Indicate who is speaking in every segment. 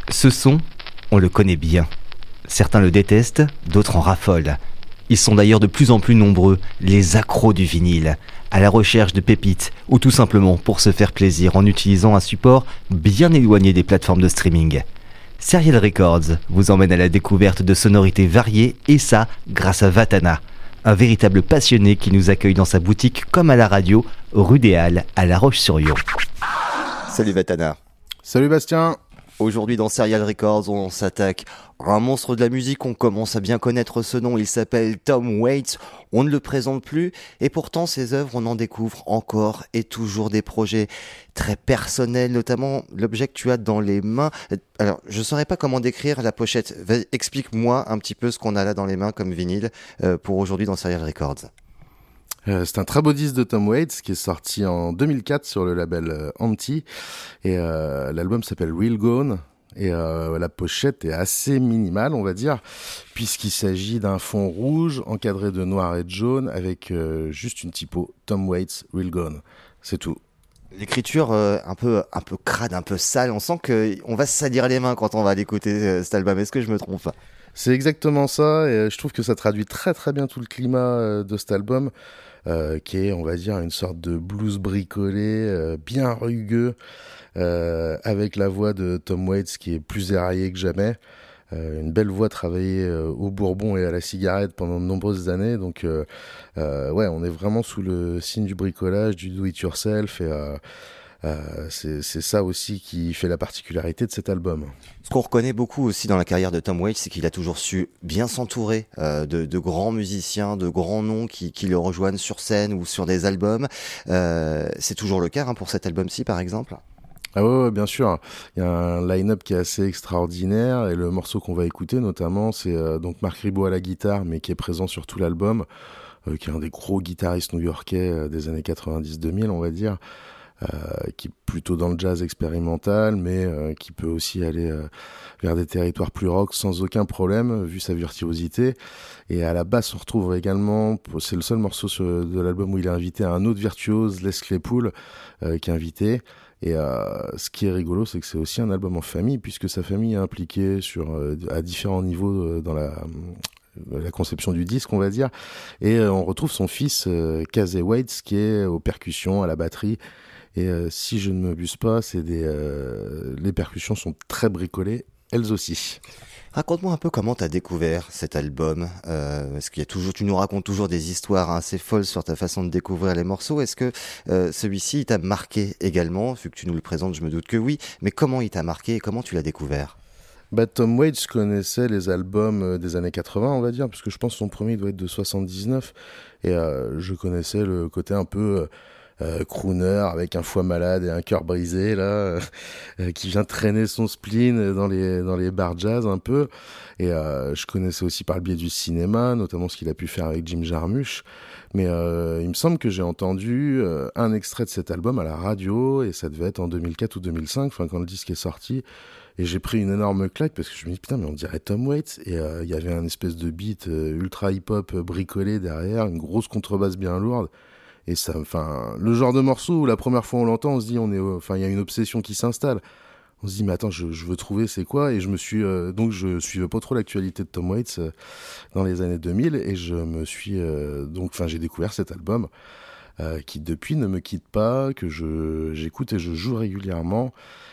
Speaker 1: Ce son, on le connaît bien. Certains le détestent, d'autres en raffolent. Ils sont d'ailleurs de plus en plus nombreux, les accros du vinyle, à la recherche de pépites ou tout simplement pour se faire plaisir en utilisant un support bien éloigné des plateformes de streaming. Serial Records vous emmène à la découverte de sonorités variées et ça grâce à Vatana, un véritable passionné qui nous accueille dans sa boutique comme à la radio, rue des Halles à La Roche-sur-Yon. Salut Vatana.
Speaker 2: Salut Bastien.
Speaker 1: Aujourd'hui dans Serial Records, on s'attaque à un monstre de la musique, on commence à bien connaître ce nom, il s'appelle Tom Waits, on ne le présente plus, et pourtant ses œuvres, on en découvre encore et toujours des projets très personnels, notamment l'objet que tu as dans les mains. Alors, je ne saurais pas comment décrire la pochette, explique-moi un petit peu ce qu'on a là dans les mains comme vinyle pour aujourd'hui dans Serial Records.
Speaker 2: C'est un très beau disque de Tom Waits qui est sorti en 2004 sur le label Anti et l'album s'appelle Real Gone et la pochette est assez minimale on va dire puisqu'il s'agit d'un fond rouge encadré de noir et de jaune avec juste une typo Tom Waits Real Gone, c'est tout.
Speaker 1: L'écriture un peu crade, un peu sale, on sent qu'on va se salir les mains quand on va l'écouter cet album, est-ce que je me trompe ?
Speaker 2: C'est exactement ça et je trouve que ça traduit très très bien tout le climat de cet album. Qui est, on va dire, une sorte de blues bricolé, bien rugueux, avec la voix de Tom Waits qui est plus éraillée que jamais. Une belle voix travaillée au bourbon et à la cigarette pendant de nombreuses années. Donc, ouais, on est vraiment sous le signe du bricolage, du do-it-yourself et c'est ça aussi qui fait la particularité de cet album.
Speaker 1: Ce qu'on reconnaît beaucoup aussi dans la carrière de Tom Waits, c'est qu'il a toujours su bien s'entourer de grands musiciens, de grands noms qui le rejoignent sur scène ou sur des albums. C'est toujours le cas pour cet album-ci, par exemple ?
Speaker 2: Ah ouais, bien sûr. Il y a un line-up qui est assez extraordinaire et le morceau qu'on va écouter notamment, c'est donc Marc Ribot à la guitare, mais qui est présent sur tout l'album, qui est un des gros guitaristes new-yorkais des années 90-2000, on va dire. Qui est plutôt dans le jazz expérimental, mais qui peut aussi aller vers des territoires plus rock sans aucun problème, vu sa virtuosité. Et à la basse, on retrouve également, c'est le seul morceau de l'album où il est invité à un autre virtuose, Les Claypool, qui est invité. Et ce qui est rigolo, c'est que c'est aussi un album en famille, puisque sa famille est impliquée à différents niveaux dans la conception du disque, on va dire. Et on retrouve son fils, Casey Waits, qui est aux percussions, à la batterie. Et si je ne m'abuse pas, les percussions sont très bricolées, elles aussi.
Speaker 1: Raconte-moi un peu comment tu as découvert cet album. Parce qu'il y a tu nous racontes toujours des histoires assez folles sur ta façon de découvrir les morceaux. Est-ce que celui-ci il t'a marqué également ? Vu que tu nous le présentes, je me doute que oui. Mais comment il t'a marqué et comment tu l'as découvert ?
Speaker 2: Tom Waits connaissait les albums des années 80, on va dire, parce que je pense que son premier doit être de 79. Et je connaissais le côté un peu... crooner avec un foie malade et un cœur brisé là, qui vient traîner son spleen dans les bars jazz un peu. Et je connaissais aussi par le biais du cinéma, notamment ce qu'il a pu faire avec Jim Jarmusch. Mais il me semble que j'ai entendu un extrait de cet album à la radio et ça devait être en 2004 ou 2005, quand le disque est sorti. Et j'ai pris une énorme claque parce que je me dis putain mais on dirait Tom Waits et il y avait un espèce de beat ultra hip-hop bricolé derrière, une grosse contrebasse bien lourde. Et ça, le genre de morceau où la première fois on l'entend, on se dit, il y a une obsession qui s'installe. On se dit, mais attends, je veux trouver c'est quoi. Et je me suis, donc je suivais pas trop l'actualité de Tom Waits dans les années 2000 et je me suis, j'ai découvert cet album qui depuis ne me quitte pas, que j'écoute et je joue régulièrement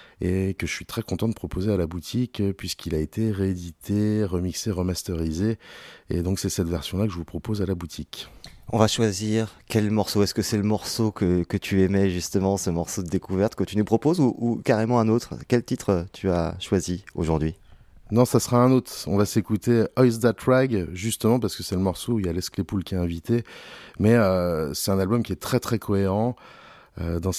Speaker 2: et que je suis très content de proposer à la boutique puisqu'il a été réédité, remixé, remasterisé. Et donc c'est cette version-là que je vous propose à la boutique.
Speaker 1: On va choisir quel morceau. Est-ce que c'est le morceau que tu aimais justement, ce morceau de découverte que tu nous proposes ou carrément un autre ? Quel titre tu as choisi aujourd'hui ?
Speaker 2: Non, ça sera un autre. On va s'écouter Hoist That Rag, justement parce que c'est le morceau où il y a Les Claypool qui est invité. Mais c'est un album qui est très très cohérent dans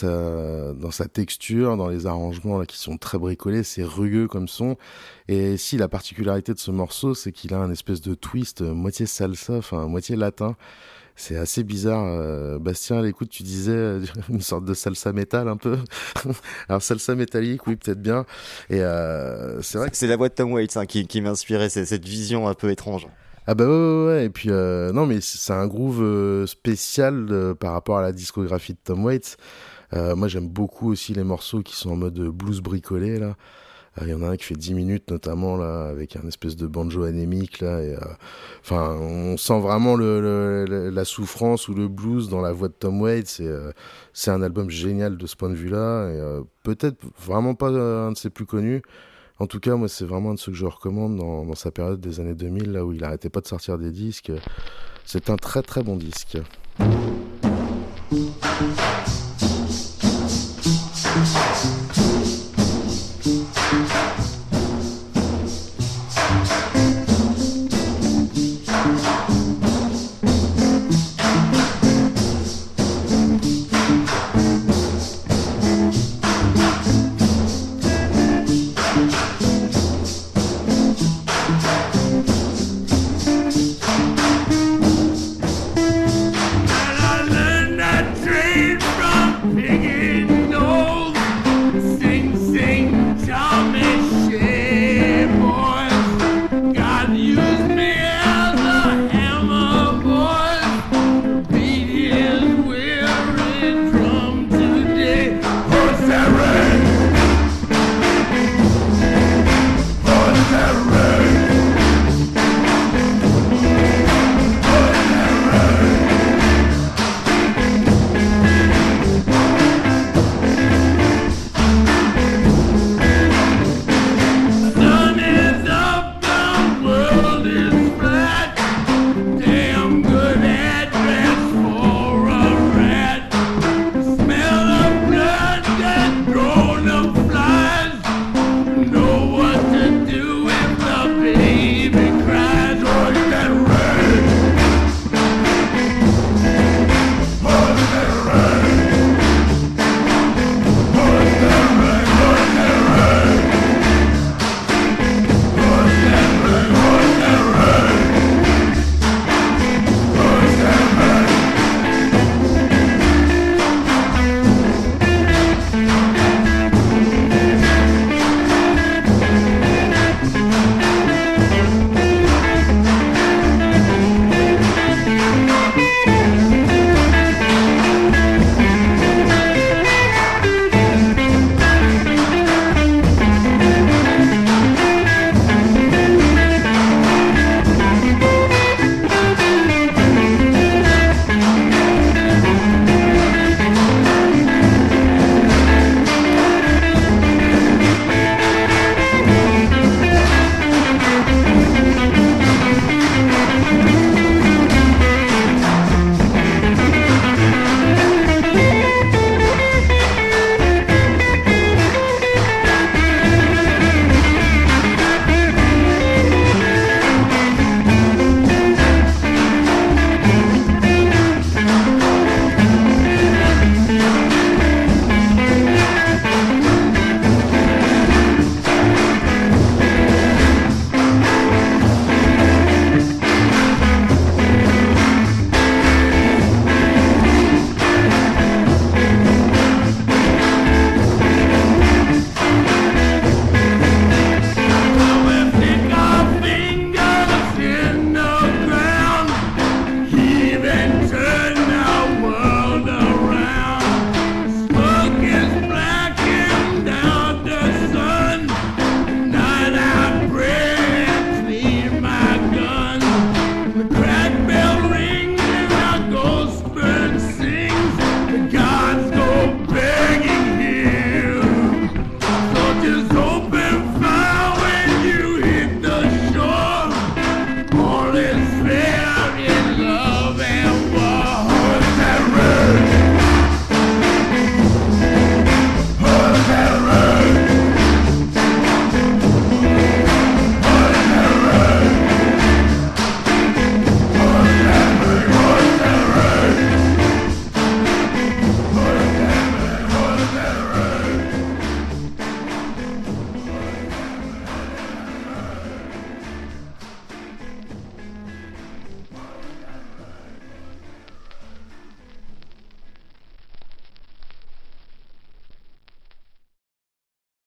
Speaker 2: sa texture, dans les arrangements là, qui sont très bricolés. C'est rugueux comme son. Et si la particularité de ce morceau, c'est qu'il a un espèce de twist moitié salsa, moitié latin. C'est assez bizarre. Bastien, à l'écoute, tu disais une sorte de salsa métal un peu. Alors salsa métallique, oui, peut-être bien. Et c'est vrai que
Speaker 1: c'est la voix de Tom Waits qui m'inspirait, cette vision un peu étrange.
Speaker 2: Ah bah ouais. Et puis non, mais c'est un groove spécial par rapport à la discographie de Tom Waits. Moi, j'aime beaucoup aussi les morceaux qui sont en mode blues bricolé là. Il y en a un qui fait 10 minutes notamment là, avec un espèce de banjo anémique là. Enfin, on sent vraiment la souffrance ou le blues dans la voix de Tom Waits. C'est un album génial de ce point de vue-là. Peut-être vraiment pas un de ses plus connus. En tout cas, moi, c'est vraiment un de ceux que je recommande dans sa période des années 2000, là où il arrêtait pas de sortir des disques. C'est un très très bon disque.
Speaker 3: Just open